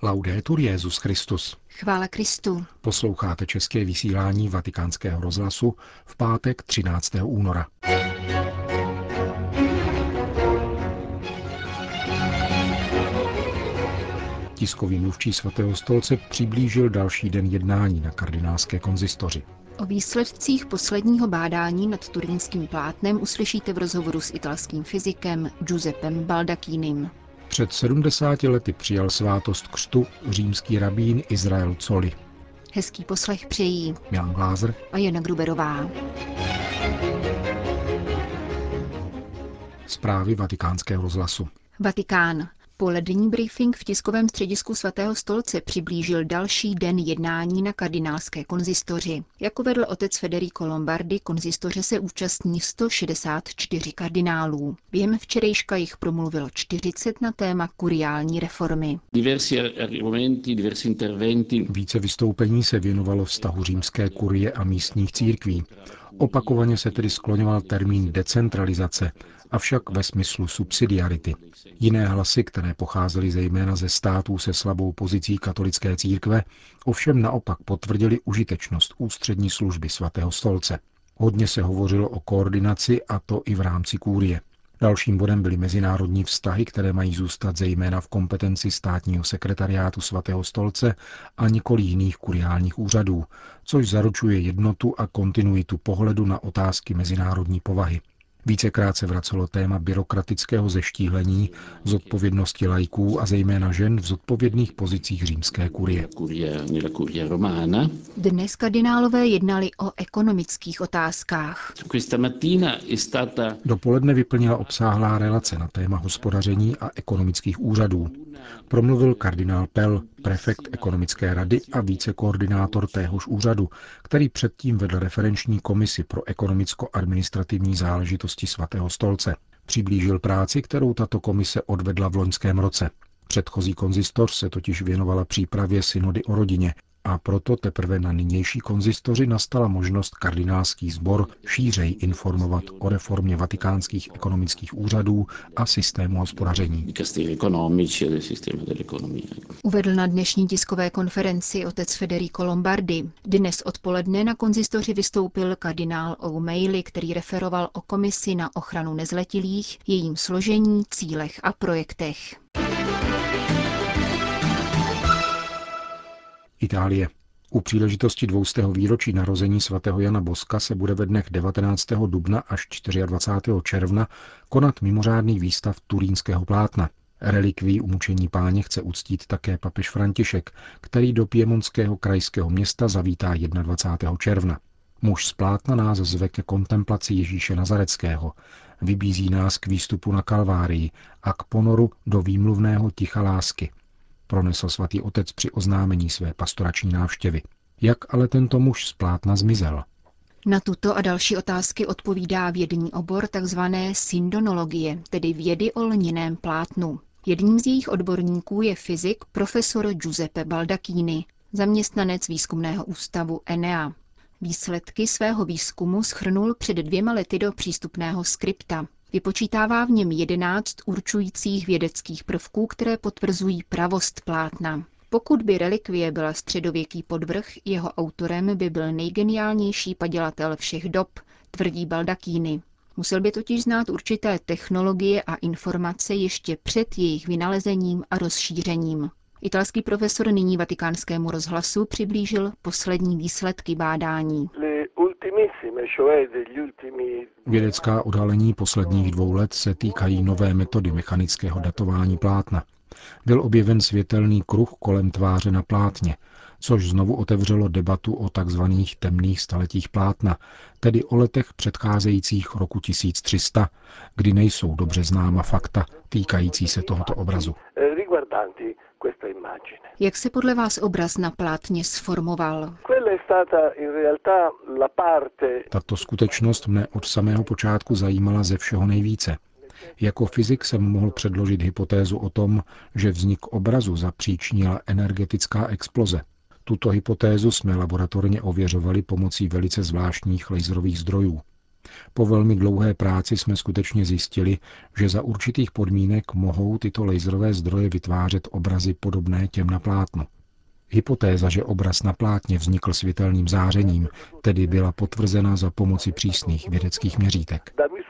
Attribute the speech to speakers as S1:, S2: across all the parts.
S1: Laudetur Jesus Christus.
S2: Chvála Kristu.
S1: Posloucháte české vysílání Vatikánského rozhlasu v pátek 13. února. Tiskový mluvčí Svatého stolce přiblížil další den jednání na kardinálské konzistoři.
S2: O výsledcích posledního bádání nad turínským plátnem uslyšíte v rozhovoru s italským fyzikem Giuseppem Baldacchínim.
S1: Před 70 lety přijal svátost křtu římský rabín Israel Zolli.
S2: Hezký poslech přejí
S1: Jan Glázer
S2: a Jana Gruberová.
S1: Zprávy Vatikánského rozhlasu.
S2: Vatikán. Polední briefing v tiskovém středisku Svatého stolce přiblížil další den jednání na kardinálské konzistoři. Jako vedl otec Federico Lombardi, konzistoře se účastní 164 kardinálů. Během včerejška jich promluvilo 40 na téma kuriální reformy.
S1: Více vystoupení se věnovalo vztahu římské kurie a místních církví. Opakovaně se tedy skloňoval termín decentralizace, avšak ve smyslu subsidiarity. Jiné hlasy, které pocházely zejména ze států se slabou pozicí katolické církve, ovšem naopak potvrdili užitečnost ústřední služby Svatého stolce. Hodně se hovořilo o koordinaci, a to i v rámci kurie. Dalším bodem byly mezinárodní vztahy, které mají zůstat zejména v kompetenci státního sekretariátu Svatého stolce a několik jiných kuriálních úřadů, což zaručuje jednotu a kontinuitu pohledu na otázky mezinárodní povahy. Vícekrát se vracelo téma byrokratického zeštíhlení, zodpovědnosti laiků a zejména žen v zodpovědných pozicích římské kurie.
S2: Dnes kardinálové jednali o ekonomických otázkách.
S1: Dopoledne vyplnila obsáhlá relace na téma hospodaření a ekonomických úřadů. Promluvil kardinál Pell, prefekt ekonomické rady a vicekoordinátor téhož úřadu, který předtím vedl referenční komisi pro ekonomicko-administrativní záležitosti Svatého stolce. Přiblížil práci, kterou tato komise odvedla v loňském roce. Předchozí konzistoř se totiž věnovala přípravě synody o rodině a proto teprve na nynější konzistoři nastala možnost kardinálský sbor šířej informovat o reformě vatikánských ekonomických úřadů a systému hospodaření.
S2: Uvedl na dnešní tiskové konferenci otec Federico Lombardi. Dnes odpoledne na konzistoři vystoupil kardinál O'Malley, který referoval o komisi na ochranu nezletilých, jejím složení, cílech a projektech.
S1: Itálie. U příležitosti 200. výročí narození svatého Jana Boska se bude ve dnech 19. dubna až 24. června konat mimořádný výstav turínského plátna. Relikví umučení Páně chce uctít také papež František, který do piemontského krajského města zavítá 21. června. Muž z plátna nás zve ke kontemplaci Ježíše Nazareckého, vybízí nás k výstupu na Kalvárii a k ponoru do výmluvného ticha lásky, pronesl svatý otec při oznámení své pastorační návštěvy. Jak ale tento muž z plátna zmizel?
S2: Na tuto a další otázky odpovídá vědní obor tzv. Syndonologie, tedy vědy o lninném plátnu. Jedním z jejich odborníků je fyzik profesor Giuseppe Baldacchini, zaměstnanec výzkumného ústavu ENEA. Výsledky svého výzkumu shrnul před 2 lety do přístupného skripta. Vypočítává v něm 11 určujících vědeckých prvků, které potvrzují pravost plátna. Pokud by relikvie byla středověký podvrh, jeho autorem by byl nejgeniálnější padělatel všech dob, tvrdí Baldacchini. Musel by totiž znát určité technologie a informace ještě před jejich vynalezením a rozšířením. Italský profesor nyní Vatikánskému rozhlasu přiblížil poslední výsledky bádání.
S1: Vědecká odhalení posledních 2 let se týkají nové metody mechanického datování plátna. Byl objeven světelný kruh kolem tváře na plátně, což znovu otevřelo debatu o takzvaných temných staletích plátna, tedy o letech předcházejících roku 1300, kdy nejsou dobře známa fakta týkající se tohoto obrazu.
S2: Jak se podle vás obraz na plátně sformoval?
S1: Tato skutečnost mne od samého počátku zajímala ze všeho nejvíce. Jako fyzik jsem mohl předložit hypotézu o tom, že vznik obrazu zapříčinila energetická exploze. Tuto hypotézu jsme laboratorně ověřovali pomocí velice zvláštních laserových zdrojů. Po velmi dlouhé práci jsme skutečně zjistili, že za určitých podmínek mohou tyto laserové zdroje vytvářet obrazy podobné těm na plátnu. Hypotéza, že obraz na plátně vznikl světelným zářením, tedy byla potvrzena za pomoci přísných vědeckých měřítek.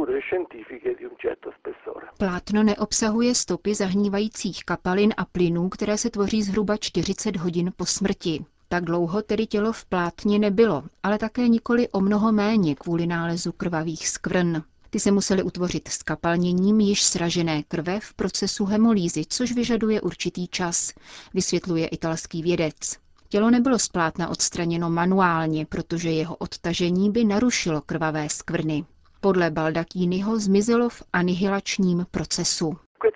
S2: Plátno neobsahuje stopy zahnívajících kapalin a plynů, které se tvoří zhruba 40 hodin po smrti. Tak dlouho tedy tělo v plátně nebylo, ale také nikoli o mnoho méně kvůli nálezu krvavých skvrn. Ty se musely utvořit skapalněním již sražené krve v procesu hemolýzy, což vyžaduje určitý čas, vysvětluje italský vědec. Tělo nebylo z plátna odstraněno manuálně, protože jeho odtažení by narušilo krvavé skvrny. Podle Baldacchiniho zmizelo v anihilačním procesu.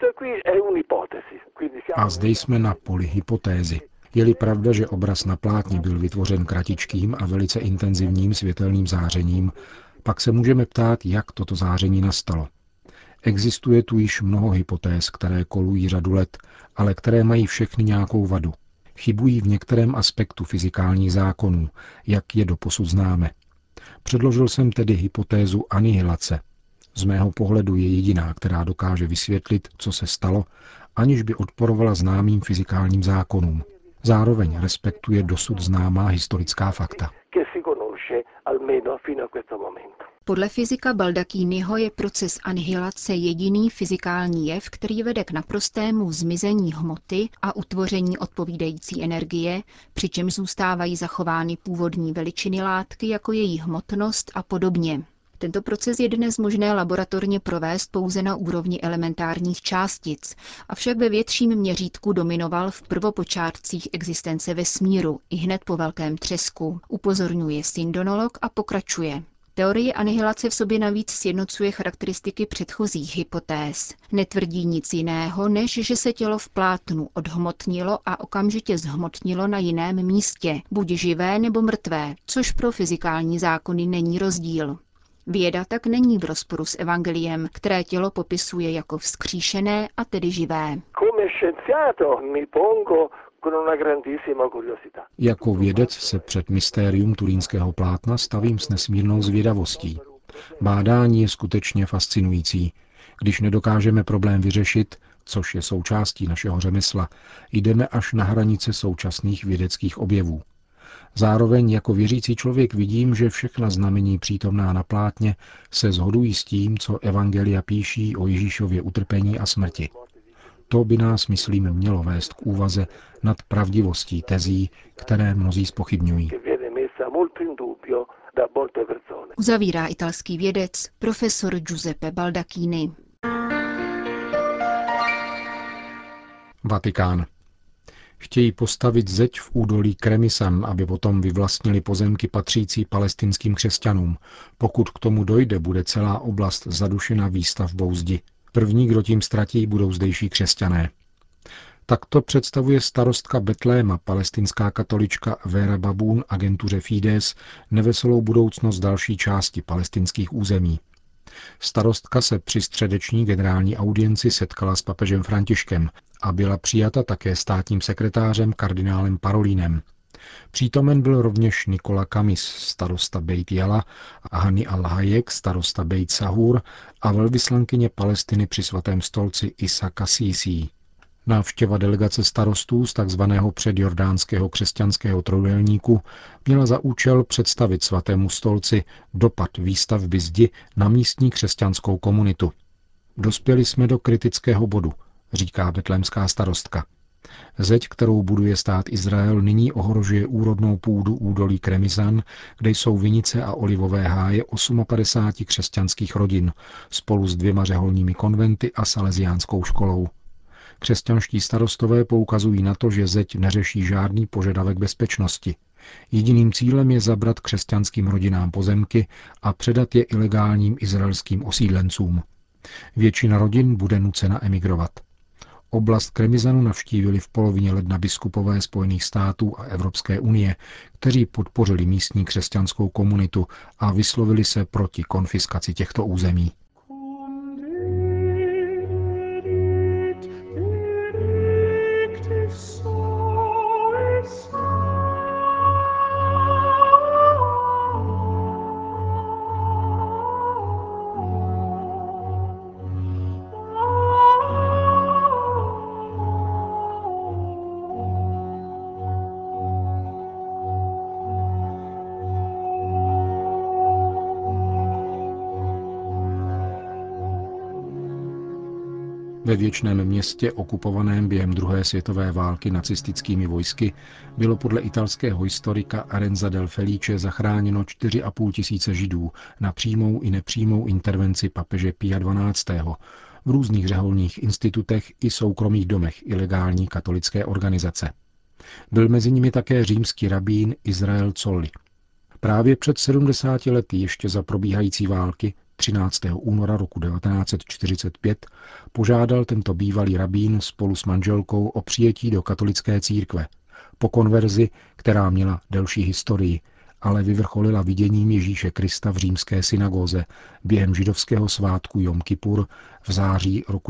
S1: A zde jsme na poli hypotézy. Je-li pravda, že obraz na plátně byl vytvořen kratičkým a velice intenzivním světelným zářením, pak se můžeme ptát, jak toto záření nastalo. Existuje tu již mnoho hypotéz, které kolují řadu let, ale které mají všechny nějakou vadu. Chybují v některém aspektu fyzikálních zákonů, jak je doposud známe. Předložil jsem tedy hypotézu anihilace. Z mého pohledu je jediná, která dokáže vysvětlit, co se stalo, aniž by odporovala známým fyzikálním zákonům. Zároveň respektuje dosud známá historická fakta.
S2: Podle fyzika Baldacchiniho je proces anihilace jediný fyzikální jev, který vede k naprostému zmizení hmoty a utvoření odpovídající energie, přičemž zůstávají zachovány původní veličiny látky jako její hmotnost a podobně. Tento proces je dnes možné laboratorně provést pouze na úrovni elementárních částic, avšak ve větším měřítku dominoval v prvopočátcích existence vesmíru, ihned po velkém třesku, upozorňuje syndonolog a pokračuje. Teorie anihilace v sobě navíc sjednocuje charakteristiky předchozích hypotéz. Netvrdí nic jiného, než že se tělo v plátnu odhmotnilo a okamžitě zhmotnilo na jiném místě, buď živé nebo mrtvé, což pro fyzikální zákony není rozdíl. Věda tak není v rozporu s evangeliem, které tělo popisuje jako vzkříšené a tedy živé.
S1: Jako vědec se před mystérium turínského plátna stavím s nesmírnou zvědavostí. Bádání je skutečně fascinující. Když nedokážeme problém vyřešit, což je součástí našeho řemesla, jdeme až na hranice současných vědeckých objevů. Zároveň jako věřící člověk vidím, že všechna znamení přítomná na plátně se shodují s tím, co evangelia píší o Ježíšově utrpení a smrti. To by nás, myslím, mělo vést k úvaze nad pravdivostí tezí, které mnozí zpochybňují.
S2: Uzavírá italský vědec profesor Giuseppe Baldacchini.
S1: Vatikán. Chtějí postavit zeď v údolí Kremisan, aby potom vyvlastnili pozemky patřící palestinským křesťanům. Pokud k tomu dojde, bude celá oblast zadušena výstavbou zdi. První, kdo tím ztratí, budou zdejší křesťané. Takto představuje starostka Betléma, palestinská katolička Vera Babun agentuře Fides, neveselou budoucnost další části palestinských území. Starostka se při středeční generální audienci setkala s papežem Františkem a byla přijata také státním sekretářem kardinálem Parolínem. Přítomen byl rovněž Nikola Kamis, starosta Bejt Jala, a Hani al-Hayek, starosta Bejt Sahur a velvyslankyně Palestiny při svatém stolci Isa Kasísí. Návštěva delegace starostů z tzv. Předjordánského křesťanského trojúhelníku měla za účel představit svatému stolci dopad výstavby zdi na místní křesťanskou komunitu. Dospěli jsme do kritického bodu, říká betlémská starostka. Zeď, kterou buduje stát Izrael, nyní ohrožuje úrodnou půdu údolí Kremizan, kde jsou vinice a olivové háje 58 křesťanských rodin, spolu s 2 řeholními konventy a salesiánskou školou. Křesťanští starostové poukazují na to, že zeď neřeší žádný požadavek bezpečnosti. Jediným cílem je zabrat křesťanským rodinám pozemky a předat je ilegálním izraelským osídlencům. Většina rodin bude nucena emigrovat. Oblast Kremizanu navštívili v polovině ledna biskupové Spojených států a Evropské unie, kteří podpořili místní křesťanskou komunitu a vyslovili se proti konfiskaci těchto území. Ve Věčném Městě, okupovaném během druhé světové války nacistickými vojsky, bylo podle italského historika Arenza del Felice zachráněno 4,5 tisíce Židů na přímou i nepřímou intervenci papeže Pia XII. V různých řeholních institutech i soukromých domech ilegální katolické organizace. Byl mezi nimi také římský rabín Israel Zolli. Právě před 70 lety ještě za probíhající války 13. února roku 1945 požádal tento bývalý rabín spolu s manželkou o přijetí do katolické církve, po konverzi, která měla delší historii, ale vyvrcholila viděním Ježíše Krista v římské synagóze během židovského svátku Jom Kipur v září roku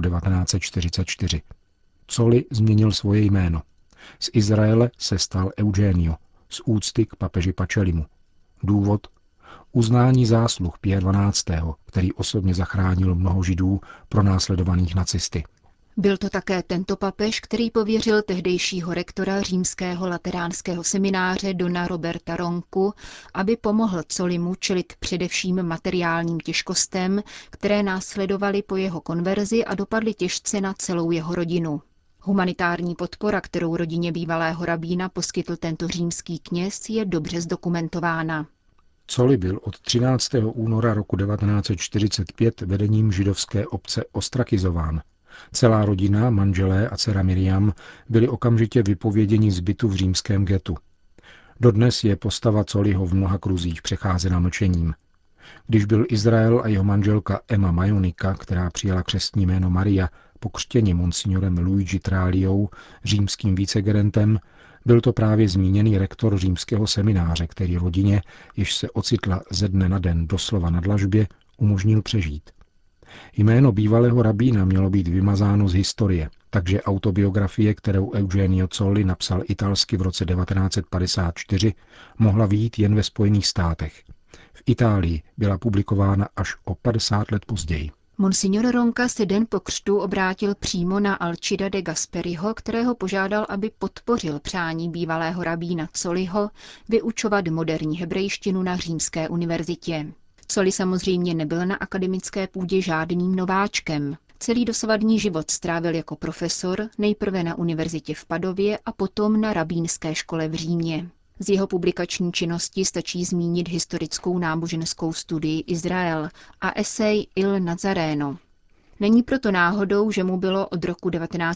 S1: 1944. Zolli změnil svoje jméno. Z Izraele se stal Eugenio, z úcty k papeži Pacellimu. Důvod? Uznání zásluh Pia XII., který osobně zachránil mnoho Židů pronásledovaných nacisty.
S2: Byl to také tento papež, který pověřil tehdejšího rektora římského lateránského semináře dona Roberta Roncu, aby pomohl Zollimu čelit především materiálním těžkostem, které následovaly po jeho konverzi a dopadly těžce na celou jeho rodinu. Humanitární podpora, kterou rodině bývalého rabína poskytl tento římský kněz, je dobře zdokumentována.
S1: Zolli byl od 13. února roku 1945 vedením židovské obce ostrakizován. Celá rodina, manželé a dcera Miriam byli okamžitě vypověděni z bytu v římském getu. Dodnes je postava Zolliho v mnoha kruzích přecházena mlčením. Když byl Izrael a jeho manželka Emma Majonika, která přijala křestní jméno Maria, pokřtěni monsignorem Luigi Traliou, římským vicegerentem, byl to právě zmíněný rektor římského semináře, který rodině, jež se ocitla ze dne na den doslova na dlažbě, umožnil přežít. Jméno bývalého rabína mělo být vymazáno z historie, takže autobiografie, kterou Eugenio Zolli napsal italsky v roce 1954, mohla vyjít jen ve Spojených státech. V Itálii byla publikována až o 50 let později.
S2: Monsignor Ronca se den po křtu obrátil přímo na Alcida de Gasperiho, kterého požádal, aby podpořil přání bývalého rabína Zolliho vyučovat moderní hebrejštinu na Římské univerzitě. Zolli samozřejmě nebyl na akademické půdě žádným nováčkem. Celý dosavadní život strávil jako profesor, nejprve na univerzitě v Padově a potom na rabínské škole v Římě. Z jeho publikační činnosti stačí zmínit historickou náboženskou studii Izrael a esej Il Nazareno. Není proto náhodou, že mu bylo od roku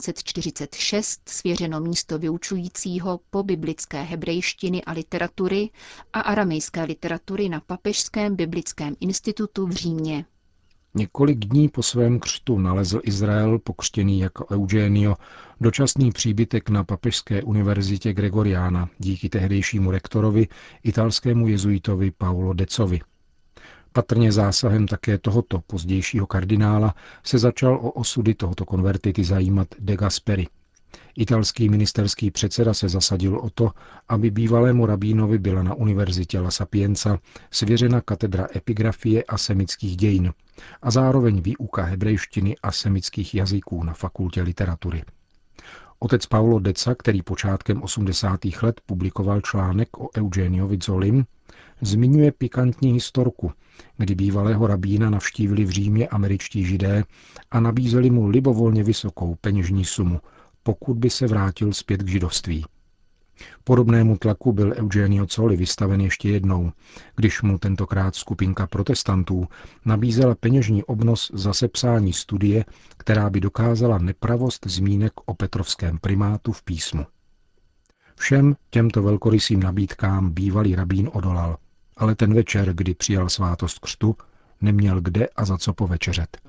S2: 1946 svěřeno místo vyučujícího po biblické hebrejštiny a literatury a aramejské literatury na Papežském biblickém institutu v Římě.
S1: Několik dní po svém křtu nalezl Izrael, pokřtěný jako Eugenio, dočasný příbytek na Papežské univerzitě Gregoriana díky tehdejšímu rektorovi, italskému jezuitovi Paolo Decovi. Patrně zásahem také tohoto pozdějšího kardinála se začal o osudy tohoto konvertity zajímat de Gasperi. Italský ministerský předseda se zasadil o to, aby bývalému rabínovi byla na univerzitě La Sapienza svěřena katedra epigrafie a semických dějin a zároveň výuka hebrejštiny a semických jazyků na fakultě literatury. Otec Paolo Deca, který počátkem 80. let publikoval článek o Eugeniovi Zollim, zmiňuje pikantní historku, kdy bývalého rabína navštívili v Římě američtí Židé a nabízeli mu libovolně vysokou peněžní sumu, pokud by se vrátil zpět k židovství. Podobnému tlaku byl Eugenio Zolli vystaven ještě jednou, když mu tentokrát skupinka protestantů nabízela peněžní obnos za sepsání studie, která by dokázala nepravost zmínek o petrovském primátu v písmu. Všem těmto velkorysým nabídkám bývalý rabín odolal, ale ten večer, kdy přijal svátost křtu, neměl kde a za co povečeřet.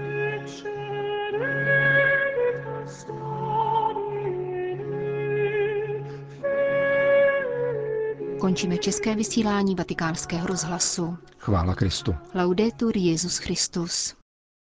S2: Končíme české vysílání Vatikánského rozhlasu.
S1: Chvála Kristu.
S2: Laudetur Jesus Christus.